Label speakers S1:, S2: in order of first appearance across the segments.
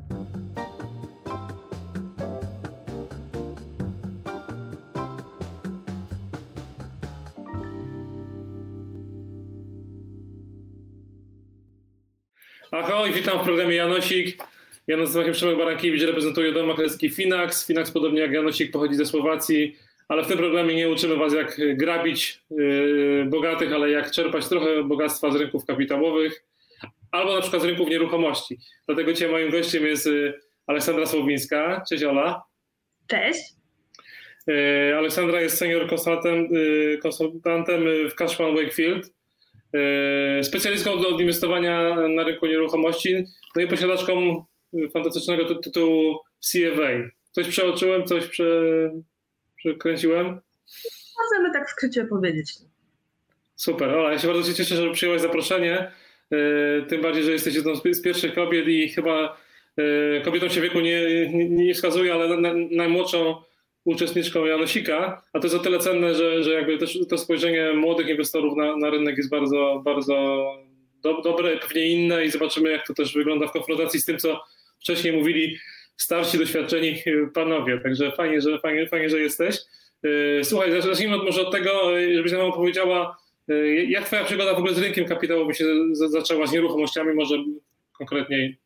S1: Ahoj, witam w programie Janosik. Ja nazywam się Przemek Barankiewicz, reprezentuję dom maklerski Finax. Finax, podobnie jak Janosik, pochodzi ze Słowacji, ale w tym programie nie uczymy was, jak grabić bogatych, ale jak czerpać trochę bogactwa z rynków kapitałowych albo na przykład z rynków nieruchomości. Dlatego dzisiaj moim gościem jest Aleksandra Słowińska. Cześć, Ola.
S2: Cześć.
S1: Aleksandra jest senior konsultantem w Cushman Wakefield, specjalistką od inwestowania na rynku nieruchomości, no i posiadaczką fantastycznego tytułu CFA. Coś przeoczyłem, coś przekręciłem?
S2: Możemy tak w skrócie powiedzieć.
S1: Super, Ola, ja się bardzo cieszę, że przyjęłaś zaproszenie, tym bardziej, że jesteś jedną z pierwszych kobiet i chyba kobietom się wieku nie wskazuje, ale najmłodszą uczestniczką Janosika, a to jest o tyle cenne, że jakby też to spojrzenie młodych inwestorów na rynek jest bardzo, bardzo dobre, pewnie inne i zobaczymy, jak to też wygląda w konfrontacji z tym, co wcześniej mówili starsi, doświadczeni panowie. Także fajnie, że jesteś. Słuchaj, zacznijmy może od tego, żebyś nam opowiedziała, jak twoja przygoda w ogóle z rynkiem kapitałowym się zaczęła, z nieruchomościami może konkretniej.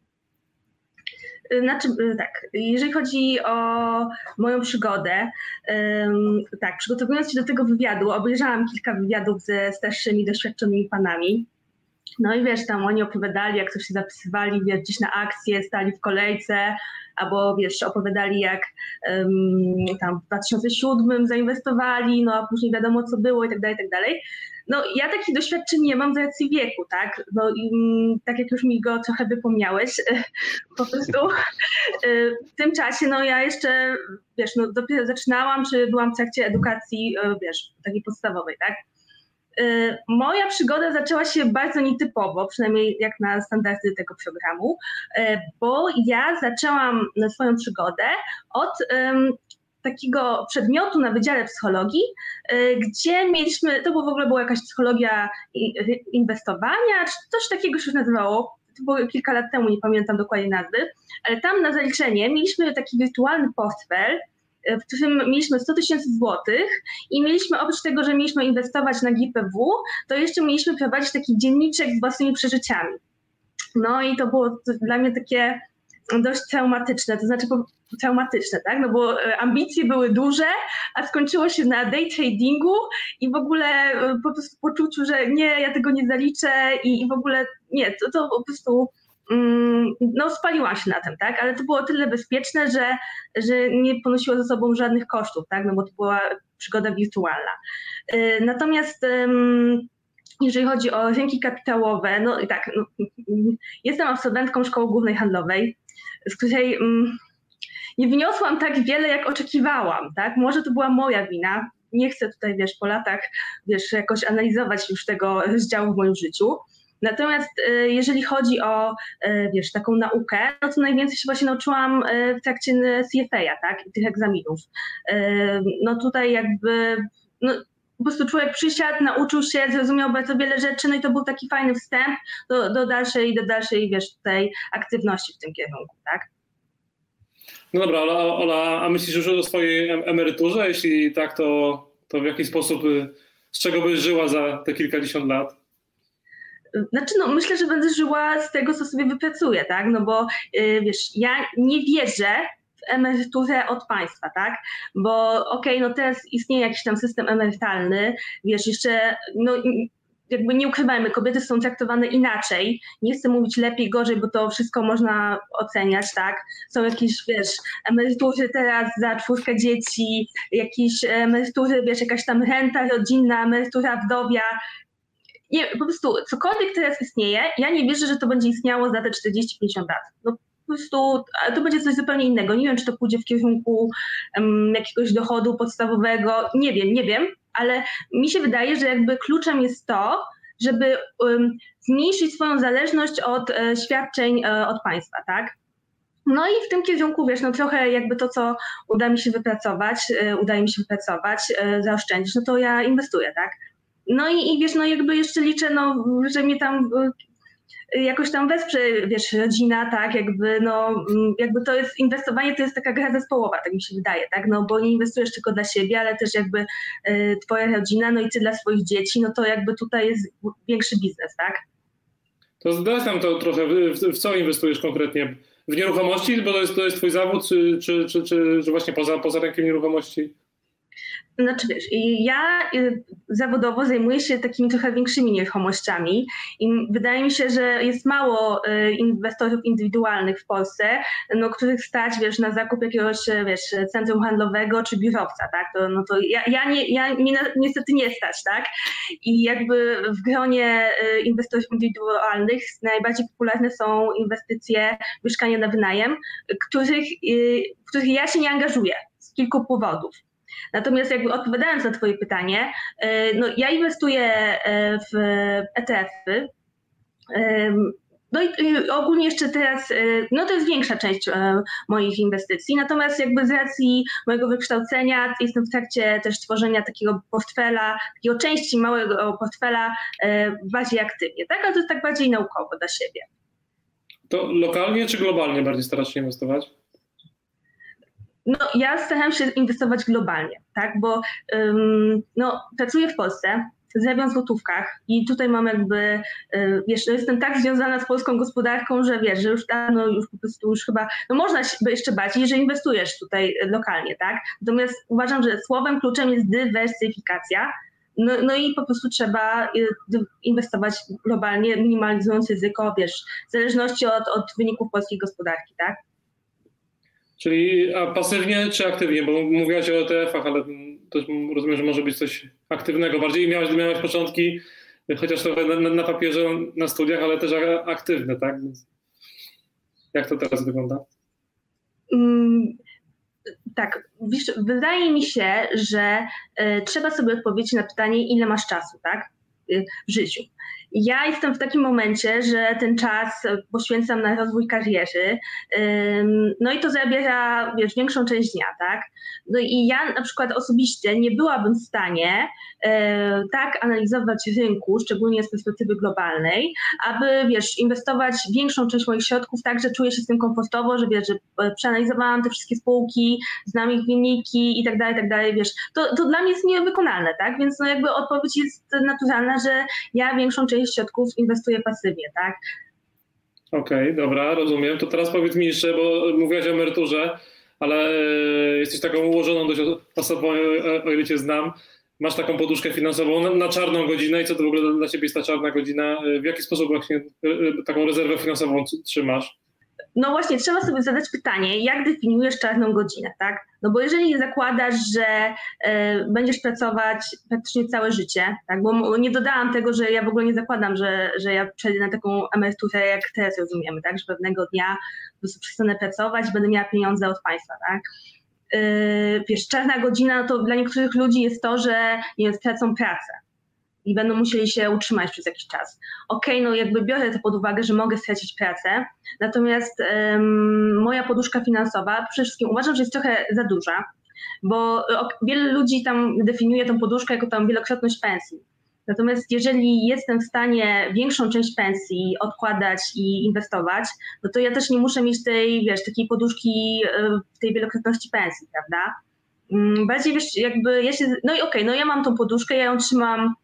S2: Znaczy, tak, jeżeli chodzi o moją przygodę, tak, przygotowując się do tego wywiadu, obejrzałam kilka wywiadów ze starszymi, doświadczonymi panami. No i wiesz, tam oni opowiadali, jak to się zapisywali, wiesz, gdzieś na akcje, stali w kolejce, albo wiesz, opowiadali, jak tam w 2007 zainwestowali, no a później wiadomo, co było i tak dalej. No ja takich doświadczeń nie mam z racji wieku, tak? No i tak jak już mi go trochę wypomniałeś, po prostu w tym czasie, no ja jeszcze, wiesz, no dopiero zaczynałam, czy byłam w trakcie edukacji, wiesz, takiej podstawowej, tak? Moja przygoda zaczęła się bardzo nietypowo, przynajmniej jak na standardy tego programu, bo ja zaczęłam swoją przygodę od takiego przedmiotu na Wydziale Psychologii, gdzie mieliśmy, to w ogóle była jakaś psychologia inwestowania, czy coś takiego się nazywało, to było kilka lat temu, nie pamiętam dokładnie nazwy, ale tam na zaliczenie mieliśmy taki wirtualny portfel, w którym mieliśmy 100 000 złotych i mieliśmy, oprócz tego, że mieliśmy inwestować na GPW, to jeszcze mieliśmy prowadzić taki dzienniczek z własnymi przeżyciami. No i to było dla mnie takie dość traumatyczne, to znaczy traumatyczne, tak? No bo ambicje były duże, a skończyło się na day tradingu i w ogóle po prostu poczuciu, że nie, ja tego nie zaliczę i w ogóle nie, to po prostu no spaliłam się na tym, tak? Ale to było o tyle bezpieczne, że nie ponosiło ze sobą żadnych kosztów, tak? No bo to była przygoda wirtualna. Natomiast jeżeli chodzi o rynki kapitałowe, no i tak, no, jestem absolwentką Szkoły Głównej Handlowej, z której nie wyniosłam tak wiele, jak oczekiwałam, tak? Może to była moja wina, nie chcę tutaj, wiesz, po latach, wiesz, jakoś analizować już tego rozdziału w moim życiu. Natomiast jeżeli chodzi o, wiesz, taką naukę, no to najwięcej się właśnie nauczyłam w trakcie CFA, tak? I tych egzaminów. No tutaj jakby, no po prostu człowiek przysiadł, nauczył się, zrozumiał bardzo wiele rzeczy, no i to był taki fajny wstęp do dalszej, wiesz, tej aktywności w tym kierunku, tak?
S1: No dobra, Ola, a myślisz już o swojej emeryturze? Jeśli tak, to w jaki sposób, z czego byś żyła za te kilkadziesiąt lat?
S2: Znaczy, no myślę, że będę żyła z tego, co sobie wypracuję, tak? No bo wiesz, ja nie wierzę w emeryturę od państwa, tak? Bo okej, no teraz istnieje jakiś tam system emerytalny, wiesz, jeszcze, no jakby nie ukrywajmy, kobiety są traktowane inaczej. Nie chcę mówić lepiej, gorzej, bo to wszystko można oceniać, tak? Są jakieś, wiesz, emerytury teraz za 4 dzieci, jakieś emerytury, wiesz, jakaś tam renta rodzinna, emerytura wdowia. Nie, po prostu cokolwiek teraz istnieje, ja nie wierzę, że to będzie istniało za te 40-50 lat. No po prostu to będzie coś zupełnie innego. Nie wiem, czy to pójdzie w kierunku jakiegoś dochodu podstawowego. Nie wiem, ale mi się wydaje, że jakby kluczem jest to, żeby zmniejszyć swoją zależność od świadczeń od państwa, tak? No i w tym kierunku, wiesz, no trochę jakby to, co udaje mi się wypracować, zaoszczędzić, no to ja inwestuję, tak? No i wiesz, no jakby jeszcze liczę, no, że mnie tam jakoś tam wesprze, wiesz, rodzina, tak, jakby to jest inwestowanie, to jest taka gra zespołowa, tak mi się wydaje, tak, no bo nie inwestujesz tylko dla siebie, ale też jakby twoja rodzina, no i ty dla swoich dzieci, no to jakby tutaj jest większy biznes, tak.
S1: To zdradź nam to trochę, w co inwestujesz konkretnie? W nieruchomości, bo to jest twój zawód, czy właśnie poza rynkiem nieruchomości?
S2: Znaczy wiesz, ja zawodowo zajmuję się takimi trochę większymi nieruchomościami i wydaje mi się, że jest mało inwestorów indywidualnych w Polsce, no, których stać, wiesz, na zakup jakiegoś, wiesz, centrum handlowego czy biurowca, tak? Ja niestety nie stać, tak? I jakby w gronie inwestorów indywidualnych najbardziej popularne są inwestycje w mieszkania na wynajem, w których ja się nie angażuję z kilku powodów. Natomiast jakby odpowiadając na twoje pytanie, no ja inwestuję w ETF-y. No i ogólnie jeszcze teraz, no to jest większa część moich inwestycji, natomiast jakby z racji mojego wykształcenia jestem w trakcie też tworzenia takiego portfela, takiego części małego portfela bardziej aktywnie, tak? Ale to jest tak bardziej naukowo dla siebie.
S1: To lokalnie czy globalnie bardziej starasz się inwestować?
S2: No, ja staram się inwestować globalnie, tak, bo no, pracuję w Polsce, zarabiam w złotówkach i tutaj mam jakby, wiesz, no jestem tak związana z polską gospodarką, że wiesz, że już dawno, już po prostu już chyba, no można się jeszcze bardziej, że inwestujesz tutaj lokalnie, tak, natomiast uważam, że słowem kluczem jest dywersyfikacja, no i po prostu trzeba inwestować globalnie, minimalizując ryzyko, wiesz, w zależności od wyników polskiej gospodarki, tak.
S1: Czyli pasywnie czy aktywnie? Bo mówiłaś o ETF-ach, ale to rozumiem, że może być coś aktywnego bardziej. Miałaś początki, chociaż trochę na papierze, na studiach, ale też aktywne, tak? Więc jak to teraz wygląda?
S2: Tak, wiesz, wydaje mi się, że trzeba sobie odpowiedzieć na pytanie, ile masz czasu, tak? W życiu. Ja jestem w takim momencie, że ten czas poświęcam na rozwój kariery, no i to zabiera, wiesz, większą część dnia, tak? No i ja na przykład osobiście nie byłabym w stanie tak analizować rynku, szczególnie z perspektywy globalnej, aby, wiesz, inwestować większą część moich środków tak, że czuję się z tym komfortowo, że wiesz, że przeanalizowałam te wszystkie spółki, znam ich wyniki i tak dalej, wiesz, to dla mnie jest niewykonalne, tak? Więc no jakby odpowiedź jest naturalna, że ja większą część środków inwestuję pasywnie, tak?
S1: Okej, dobra, rozumiem. To teraz powiedz mi jeszcze, bo mówiłaś o emeryturze, ale jesteś taką ułożoną dość osobą, o ile cię znam. Masz taką poduszkę finansową na czarną godzinę i co to w ogóle dla ciebie jest ta czarna godzina? W jaki sposób właśnie taką rezerwę finansową trzymasz?
S2: No właśnie, trzeba sobie zadać pytanie, jak definiujesz czarną godzinę, tak? No bo jeżeli zakładasz, że będziesz pracować praktycznie całe życie, tak? Bo nie dodałam tego, że ja w ogóle nie zakładam, że ja przejdę na taką emeryturę, jak teraz rozumiemy, tak? Że pewnego dnia po prostu przestanę pracować, będę miała pieniądze od państwa, tak? Wiesz, czarna godzina to dla niektórych ludzi jest to, że nie wiem, stracą pracę i będą musieli się utrzymać przez jakiś czas. Okej, no jakby biorę to pod uwagę, że mogę stracić pracę, natomiast moja poduszka finansowa przede wszystkim uważam, że jest trochę za duża, bo wiele ludzi tam definiuje tą poduszkę jako tam wielokrotność pensji. Natomiast jeżeli jestem w stanie większą część pensji odkładać i inwestować, no to ja też nie muszę mieć tej, wiesz, takiej poduszki w tej wielokrotności pensji, prawda? Bardziej, wiesz, jakby ja się, no i okej, no ja mam tą poduszkę, ja ją trzymam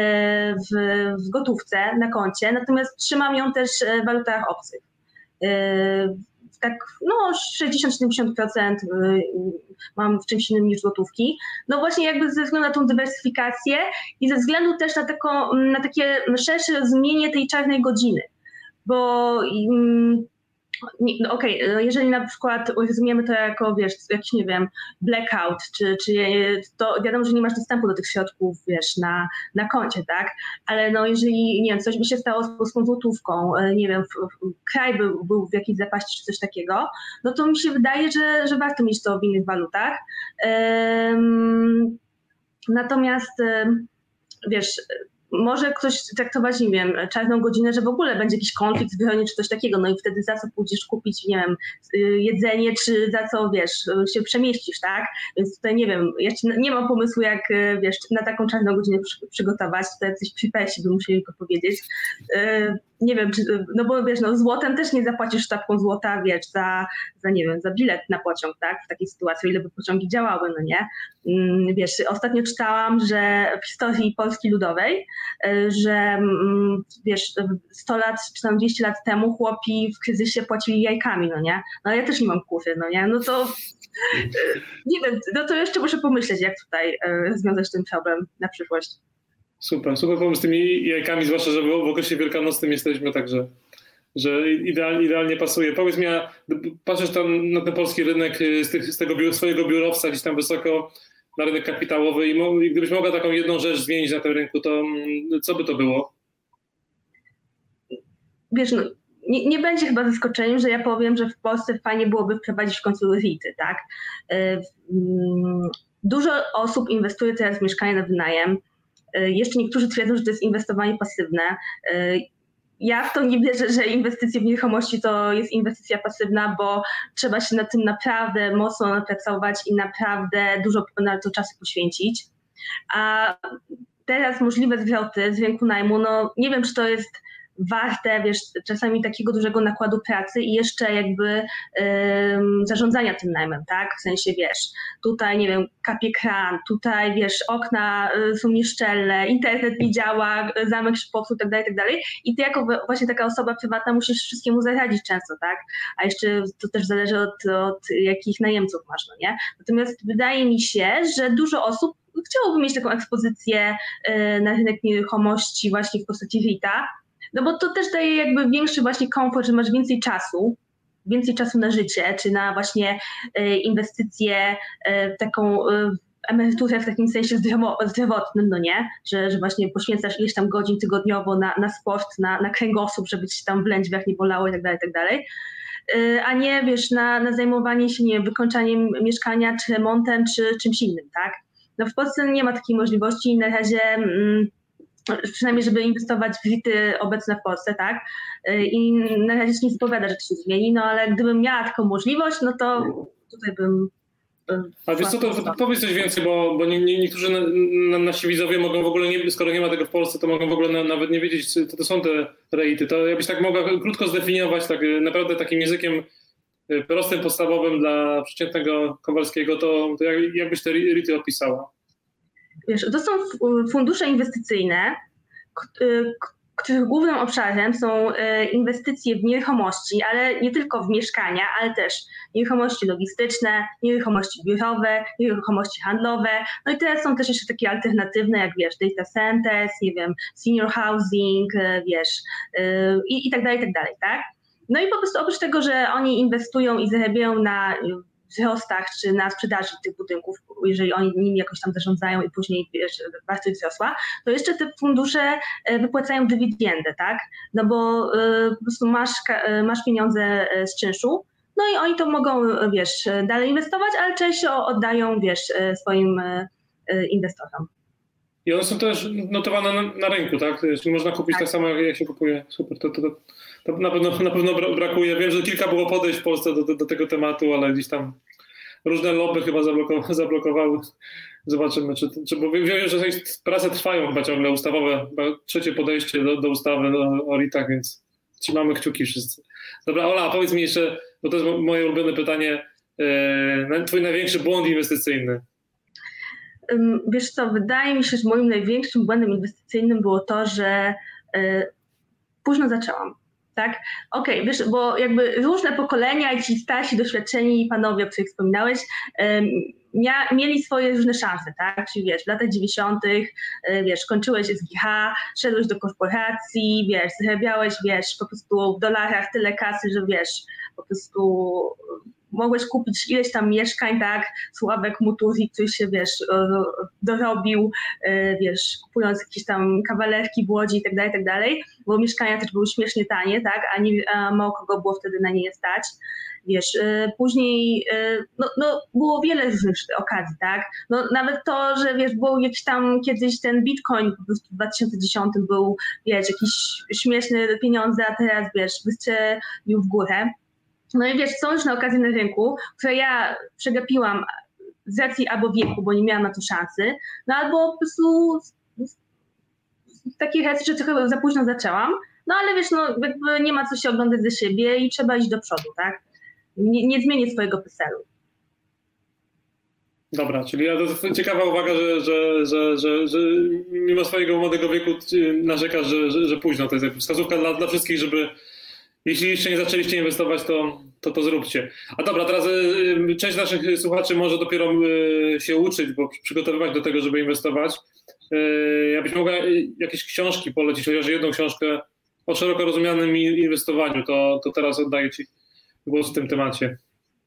S2: w gotówce na koncie, natomiast trzymam ją też w walutach obcych. Tak, no 60-70% mam w czymś innym niż gotówki. No właśnie jakby ze względu na tą dywersyfikację i ze względu też na takie szersze rozumienie tej czarnej godziny, bo no okej, jeżeli na przykład rozumiemy to jako, wiesz, jakiś, nie wiem, blackout, czy to wiadomo, że nie masz dostępu do tych środków, wiesz, na koncie, tak? Ale no jeżeli, nie wiem, coś by się stało z polską złotówką, nie wiem, kraj był w jakiejś zapaści, czy coś takiego, no to mi się wydaje, że warto mieć to w innych walutach. Natomiast, wiesz, może ktoś traktować, nie wiem, czarną godzinę, że w ogóle będzie jakiś konflikt zbrojny czy coś takiego, no i wtedy za co pójdziesz kupić, nie wiem, jedzenie, czy za co, wiesz, się przemieścisz, tak? Więc tutaj nie wiem, jeszcze nie mam pomysłu, jak, wiesz, na taką czarną godzinę przygotować, tutaj coś przypesi by musieli mi powiedzieć. Nie wiem, czy, no bo wiesz, no złotem też nie zapłacisz sztabką złota, wiesz, za nie wiem, za bilet na pociąg, tak? W takiej sytuacji, o ile by pociągi działały, no nie? Wiesz, ostatnio czytałam, że w historii Polski Ludowej, że wiesz, 100 lat czy tam 200 lat temu chłopi w kryzysie płacili jajkami, no nie? No ja też nie mam kury, no nie? No to nie wiem, no to jeszcze muszę pomyśleć, jak tutaj rozwiązać ten problem na przyszłość.
S1: Super pomysł z tymi jajkami, zwłaszcza, że w okresie wielkanocnym jesteśmy, także że idealnie pasuje. Powiedz mi, patrzysz tam na ten polski rynek z tego swojego biurowca gdzieś tam wysoko, na rynek kapitałowy i gdybyś mogła taką jedną rzecz zmienić na tym rynku, to co by to było?
S2: Wiesz, no, nie będzie chyba zaskoczeniem, że ja powiem, że w Polsce fajnie byłoby wprowadzić w końcu REIT-y, tak? Dużo osób inwestuje teraz w mieszkania na wynajem. Jeszcze niektórzy twierdzą, że to jest inwestowanie pasywne. Ja w to nie wierzę, że inwestycje w nieruchomości to jest inwestycja pasywna, bo trzeba się nad tym naprawdę mocno napracować i naprawdę dużo na to czasu poświęcić. A teraz możliwe zwroty z rynku najmu, no nie wiem, czy to jest warte, wiesz, czasami takiego dużego nakładu pracy i jeszcze jakby zarządzania tym najmem, tak? W sensie, wiesz, tutaj, nie wiem, kapie kran, tutaj, wiesz, okna są nieszczelne, internet nie działa, zamek się popsuł, tak dalej. I ty jako właśnie taka osoba prywatna musisz wszystkiemu zaradzić często, tak? A jeszcze to też zależy od jakich najemców masz, no nie? Natomiast wydaje mi się, że dużo osób chciałoby mieć taką ekspozycję na rynek nieruchomości właśnie w postaci REIT-a, no bo to też daje jakby większy właśnie komfort, że masz więcej czasu na życie, czy na właśnie inwestycje, taką emeryturę w takim sensie zdrowotnym, no nie? Że właśnie poświęcasz ileś tam godzin tygodniowo na sport, na kręgosłup, żeby ci tam w lędźwiach nie bolało i tak dalej. A nie, wiesz, na zajmowanie się, nie wiem, wykończaniem mieszkania, czy remontem, czy czymś innym, tak? No w Polsce nie ma takiej możliwości i na razie przynajmniej żeby inwestować w REIT-y obecne w Polsce, tak? I na razie się nie zapowiada, że to się zmieni, no ale gdybym miała taką możliwość, no to tutaj bym...
S1: A wiesz co, to powiedz coś więcej, bo niektórzy nasi widzowie mogą w ogóle, nie, skoro nie ma tego w Polsce, to mogą w ogóle nawet nie wiedzieć, co to są te REIT-y. To jakbyś tak mogła krótko zdefiniować, tak naprawdę takim językiem prostym, podstawowym dla przeciętnego Kowalskiego, to jakbyś te REIT-y opisała?
S2: Wiesz, to są fundusze inwestycyjne, których głównym obszarem są inwestycje w nieruchomości, ale nie tylko w mieszkania, ale też nieruchomości logistyczne, nieruchomości biurowe, nieruchomości handlowe. No i teraz są też jeszcze takie alternatywne, jak wiesz, data centers, nie wiem, senior housing, wiesz, i tak dalej, tak? No i po prostu oprócz tego, że oni inwestują i zarabiają na wzrostach czy na sprzedaży tych budynków, jeżeli oni nimi jakoś tam zarządzają i później, wiesz, wartość wzrosła, to jeszcze te fundusze wypłacają dywidendę, tak? No bo po prostu masz pieniądze z czynszu, no i oni to mogą, wiesz, dalej inwestować, ale część oddają, wiesz, swoim inwestorom.
S1: I one są też notowane na rynku, tak? Czyli można kupić tak samo, jak się kupuje. Super, to na pewno brakuje. Wiem, że kilka było podejść w Polsce do tego tematu, ale gdzieś tam różne lobby chyba zablokowały. Zobaczymy, bo wiem, że prace trwają chyba ciągle ustawowe, chyba trzecie podejście do ustawy o REIT-ach, więc trzymamy kciuki wszyscy. Dobra, Ola, powiedz mi jeszcze, bo to jest moje ulubione pytanie, twój największy błąd inwestycyjny?
S2: Wiesz co, wydaje mi się, że moim największym błędem inwestycyjnym było to, że późno zaczęłam. Tak? Okej, wiesz, bo jakby różne pokolenia i ci starsi, doświadczeni panowie, o których wspominałeś, mieli swoje różne szanse, tak? Czyli wiesz, w latach 90., wiesz, kończyłeś SGH, szedłeś do korporacji, wiesz, zarabiałeś, wiesz, po prostu w dolarach tyle kasy, że wiesz, po prostu mogłeś kupić ileś tam mieszkań, tak, Sławek Mutuzi, ktoś się, wiesz, dorobił, wiesz, kupując jakieś tam kawalerki w Łodzi i tak dalej, bo mieszkania też były śmiesznie tanie, tak, a mało kogo było wtedy na nie stać. Wiesz, później no, było wiele różnych okazji, tak? No, nawet to, że wiesz, był jakiś tam kiedyś ten Bitcoin po prostu w 2010 był, wiesz, jakieś śmieszne pieniądze, a teraz, wiesz, wystrzelił w górę. No i wiesz, są różne okazje na rynku, które ja przegapiłam z racji albo wieku, bo nie miałam na to szansy, no albo po prostu z takich racji, że trochę za późno zaczęłam, no ale wiesz, no jakby nie ma co się oglądać ze siebie i trzeba iść do przodu, tak? Nie zmienię swojego PESEL-u.
S1: Dobra, czyli to ciekawa uwaga, że mimo swojego młodego wieku narzekasz, że późno. To jest jakby wskazówka dla wszystkich, żeby jeśli jeszcze nie zaczęliście inwestować, to zróbcie. A dobra, teraz część naszych słuchaczy może dopiero się uczyć, bo przygotowywać do tego, żeby inwestować. Jakbyś mogła jakieś książki polecić, chociaż jedną książkę o szeroko rozumianym inwestowaniu, to teraz oddaję Ci głos w tym temacie.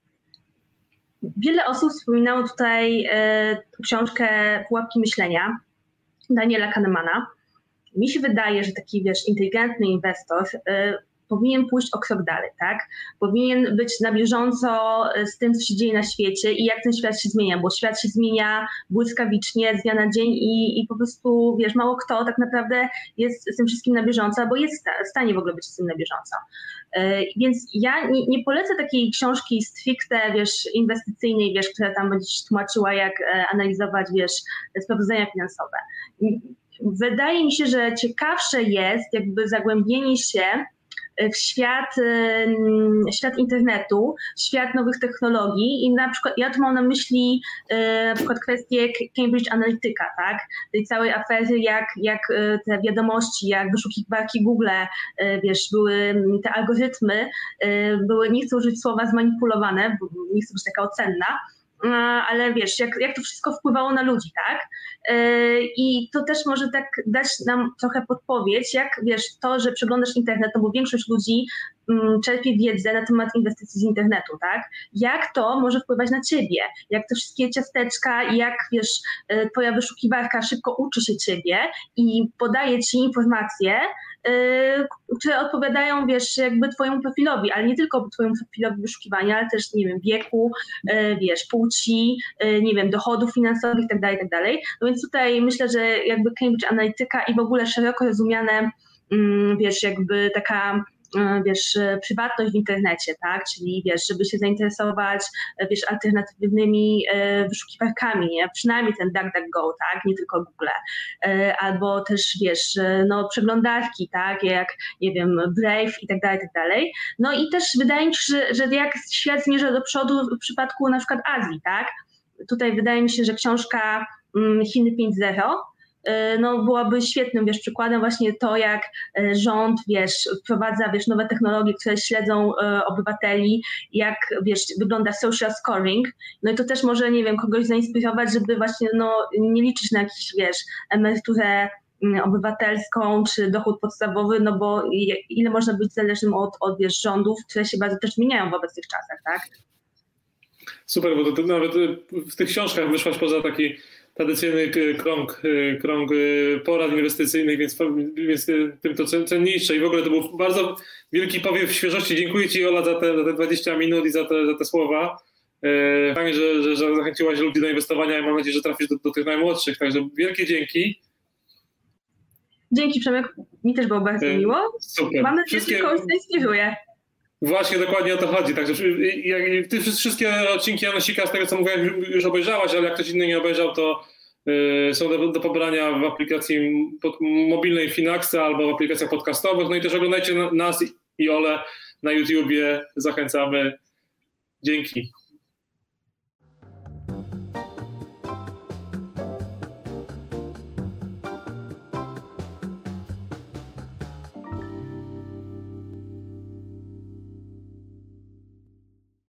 S2: Wiele osób wspominało tutaj książkę Pułapki myślenia Daniela Kahnemana. Mi się wydaje, że taki, wiesz, inteligentny inwestor powinien pójść o krok dalej, tak? Powinien być na bieżąco z tym, co się dzieje na świecie i jak ten świat się zmienia, bo świat się zmienia błyskawicznie z dnia na dzień i po prostu, wiesz, mało kto tak naprawdę jest z tym wszystkim na bieżąco, albo jest w stanie w ogóle być z tym na bieżąco. Więc ja nie polecę takiej książki stricte, wiesz, inwestycyjnej, wiesz, która tam będzie tłumaczyła, jak analizować, wiesz, sprawozdania finansowe. Wydaje mi się, że ciekawsze jest jakby zagłębienie się w świat internetu, świat nowych technologii i na przykład ja tu mam na myśli na przykład kwestię Cambridge Analytica, tak? Tej całej afery, jak te wiadomości, jak wyszukiwarki Google, wiesz, były te algorytmy, były, nie chcę użyć słowa zmanipulowane, bo nie chcę być taka ocenna, ale wiesz, jak to wszystko wpływało na ludzi, tak? I to też może tak dać nam trochę podpowiedź, jak wiesz, to, że przeglądasz internet, no bo większość ludzi czerpie wiedzę na temat inwestycji z internetu, tak? Jak to może wpływać na ciebie? Jak te wszystkie ciasteczka i jak, wiesz, twoja wyszukiwarka szybko uczy się ciebie i podaje ci informacje, które odpowiadają, wiesz, jakby twojemu profilowi, ale nie tylko twojemu profilowi wyszukiwania, ale też, nie wiem, wieku, wiesz, płci, nie wiem, dochodów finansowych i tak dalej. No więc tutaj myślę, że jakby Cambridge Analytica i w ogóle szeroko rozumiane, wiesz, jakby taka, wiesz, prywatność w internecie, tak, czyli wiesz, żeby się zainteresować, wiesz, alternatywnymi wyszukiwarkami, nie? Przynajmniej ten DuckDuckGo, tak, nie tylko Google, albo też, wiesz, no przeglądarki, tak, jak, nie wiem, Brave i tak dalej. No i też wydaje mi się, że jak świat zmierza do przodu w przypadku na przykład Azji, tak, tutaj wydaje mi się, że książka Chiny 5.0 no byłaby świetnym, wiesz, przykładem właśnie to, jak rząd, wiesz, wprowadza, wiesz, nowe technologie, które śledzą obywateli, jak, wiesz, wygląda social scoring, no i to też może, nie wiem, kogoś zainspirować, żeby właśnie, no, nie liczyć na jakiś, wiesz, emeryturę obywatelską czy dochód podstawowy, no bo ile można być zależnym od wiesz, rządów, które się bardzo też zmieniają w obecnych czasach, tak?
S1: Super, bo to nawet w tych książkach wyszłaś poza taki tradycyjny krąg porad inwestycyjnych, więc tym to cenniejsze i w ogóle to był bardzo wielki powiew świeżości. Dziękuję Ci, Ola, za te 20 minut i za te słowa. Fajnie, że zachęciłaś ludzi do inwestowania i mam nadzieję, że trafisz do tych najmłodszych, także wielkie dzięki.
S2: Dzięki, Przemek, mi też było bardzo miło.
S1: Super.
S2: Mam nadzieję, że kogoś zainspiruje. Właśnie,
S1: dokładnie o to chodzi. Także ty wszystkie odcinki Janosika, z tego co mówiłem, już obejrzałaś, ale jak ktoś inny nie obejrzał, to są do pobrania w aplikacji mobilnej Finaxa albo w aplikacjach podcastowych. No i też oglądajcie nas i Olę na YouTubie. Zachęcamy. Dzięki.